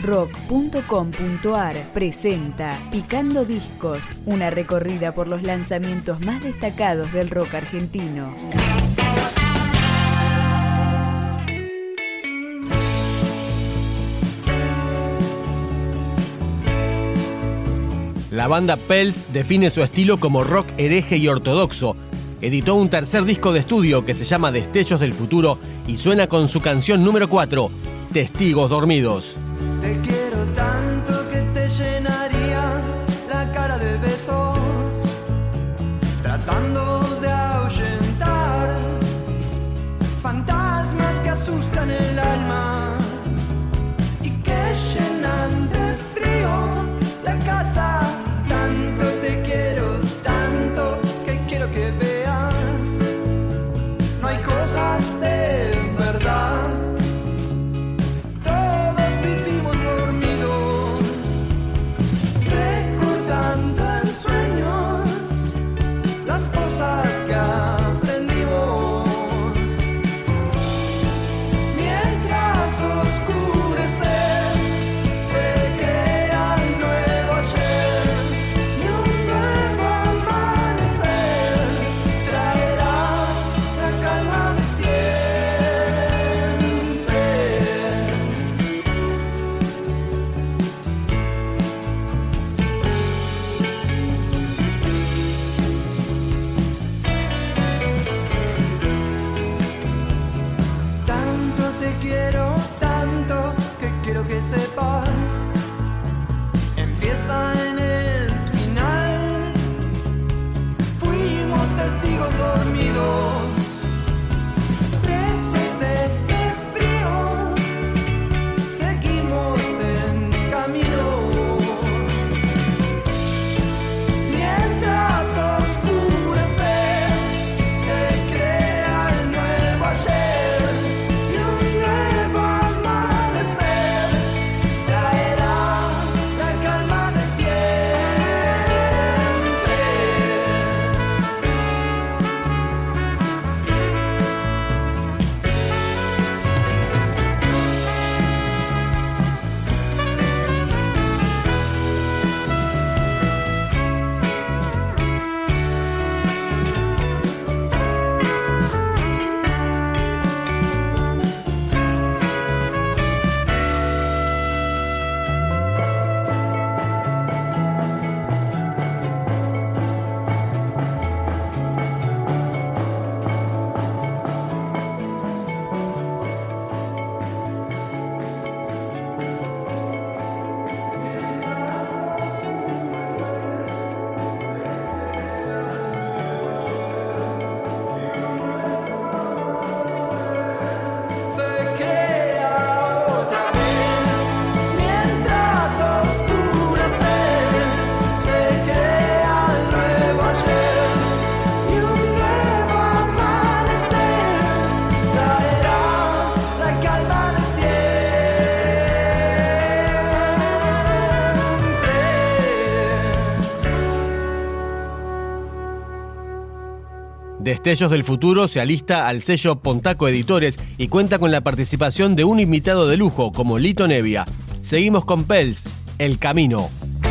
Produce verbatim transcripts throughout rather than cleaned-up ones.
rock punto com punto ar presenta Picando Discos, una recorrida por los lanzamientos más destacados del rock argentino. La banda Pels define su estilo como rock hereje y ortodoxo. Editó un tercer disco de estudio que se llama Destellos del Futuro y suena con su canción número cuatro, Testigos Dormidos. Te quiero tanto que te llenaría la cara de besos, tratando de ahuyentar fantasmas que asustan el alma y que llenan de frío la casa. Tanto te quiero, tanto que quiero que veas, no hay cosas de verdad. Todos vivimos dormidos, recordando en sueños las cosas que aprendimos. Mientras oscurece, se crea el nuevo ayer y un nuevo amanecer traerá la calma de siempre. Tanto te quiero, tanto que quiero que sepas, empieza en el final. Fuimos testigos dormidos, presos de este frío, seguimos en camino. Mientras oscurece, se crea el nuevo ayer y un nuevo amanecer traerá la calma de siempre. Se crea otra vez, mientras oscurece, se crea el nuevo ayer y un nuevo amanecer traerá la calma de siempre. Destellos del Futuro se alista al sello Pontaco Editores y cuenta con la participación de un invitado de lujo como Lito Nevia. Seguimos con Pels, El Camino.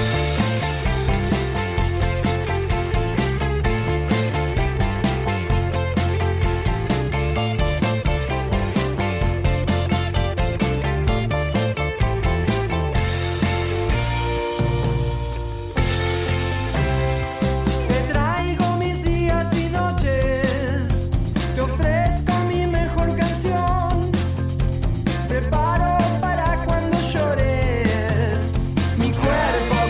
Te traigo mis días y noches, te ofrezco mi mejor canción, preparo para cuando llores, mi cuerpo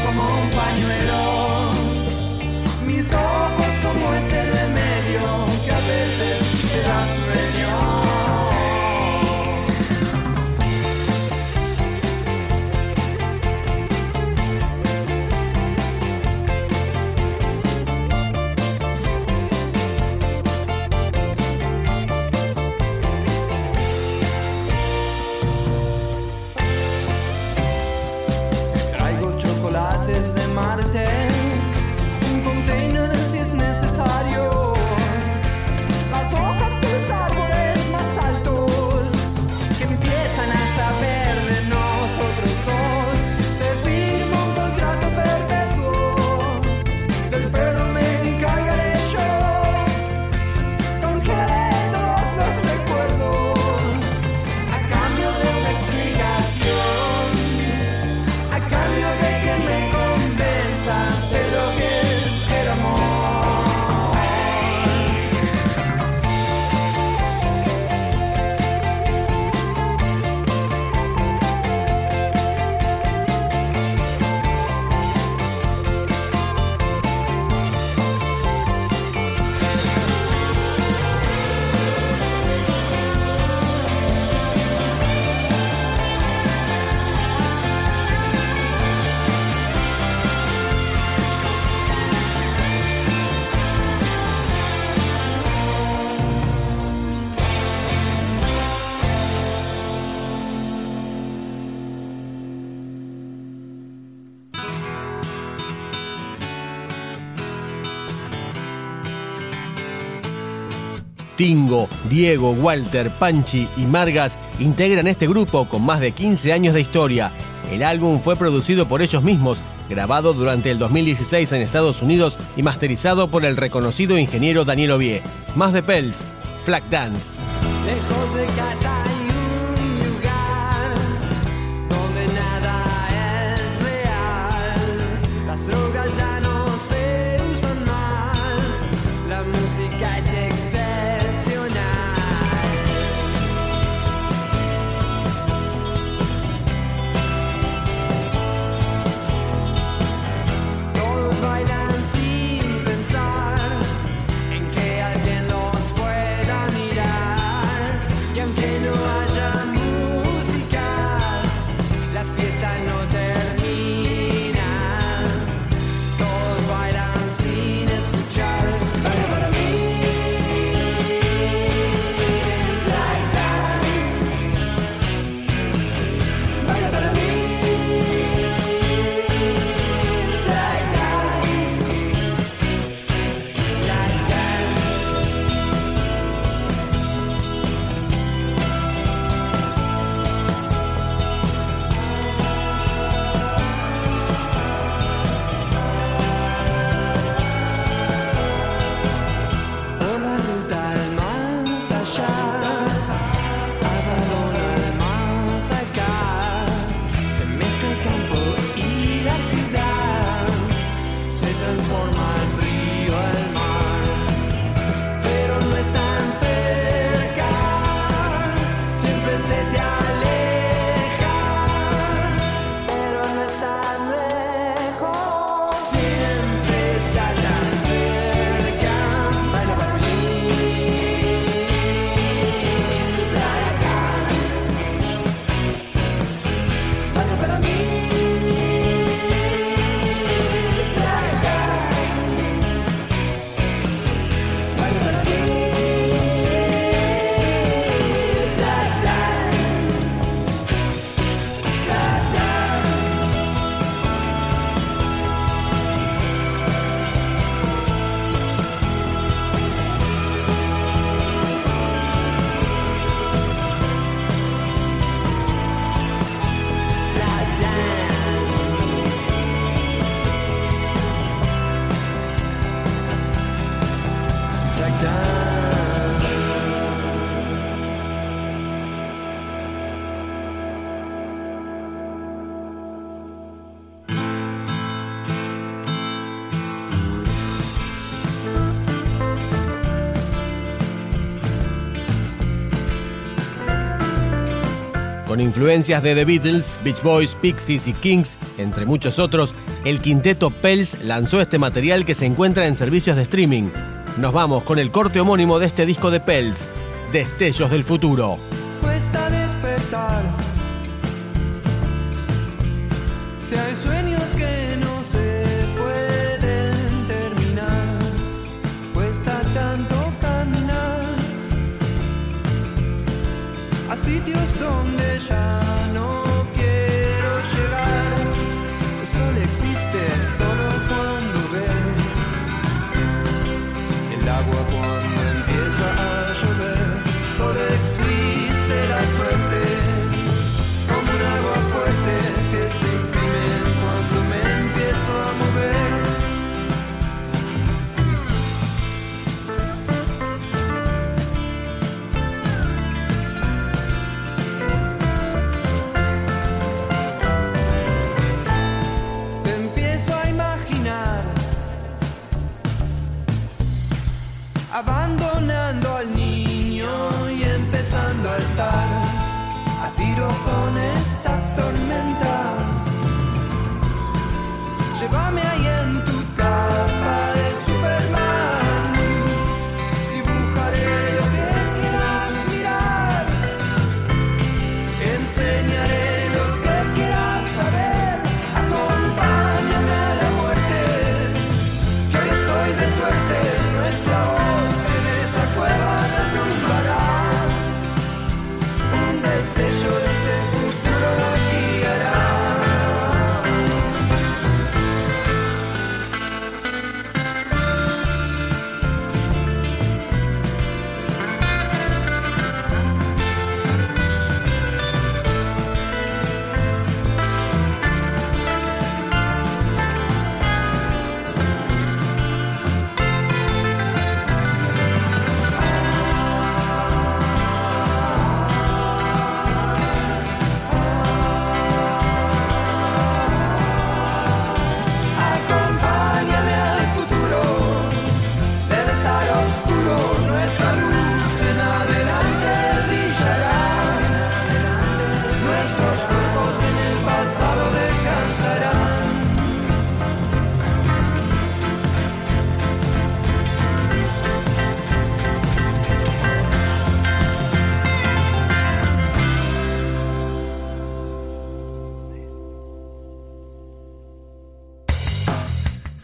Tingo, Diego, Walter, Panchi y Margas integran este grupo con más de quince años de historia. El álbum fue producido por ellos mismos, grabado durante el dos mil dieciséis en Estados Unidos y masterizado por el reconocido ingeniero Daniel Ovié. Más de Pels, Flag Dance. Lejos de casa hay un lugar donde nada es real. Las drogas ya no se usan más. La música es excepcional. Todos bailan sin pensar en que alguien los pueda mirar. Y aunque no haya música, la fiesta no termina. Todos bailan sin escuchar. Baila para mí, Flag Dance. Baila para mí, Flag Dance. Flag Dance. Por la ruta al más allá, Avalon al más acá, se mezcla el campo y la ciudad, se transforma el río al mar, pero no es tan cerca, siempre se te aleja, pero no es tan lejos, siempre está tan cerca. Baila para mí, Flag Dance. Baila para mí, Flag Dance. Baila para mí, Flag Dance. Flag Dance. Flag Dance. Flag Dance. Con influencias de The Beatles, Beach Boys, Pixies y Kings, entre muchos otros, el quinteto Pels lanzó este material que se encuentra en servicios de streaming. Nos vamos con el corte homónimo de este disco de Pels, Destellos del Futuro. Cuesta despertar. Si hay sueños que no se pueden terminar, cuesta tanto caminar a sitios donde ya no quiero llegar. El sol existe solo cuando ves el agua cuando empieza a llover. Solo existe la suerte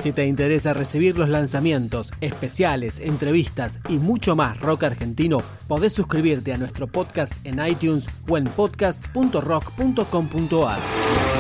Si te interesa recibir los lanzamientos, especiales, entrevistas y mucho más rock argentino, podés suscribirte a nuestro podcast en iTunes o en podcast punto rock punto com punto ar.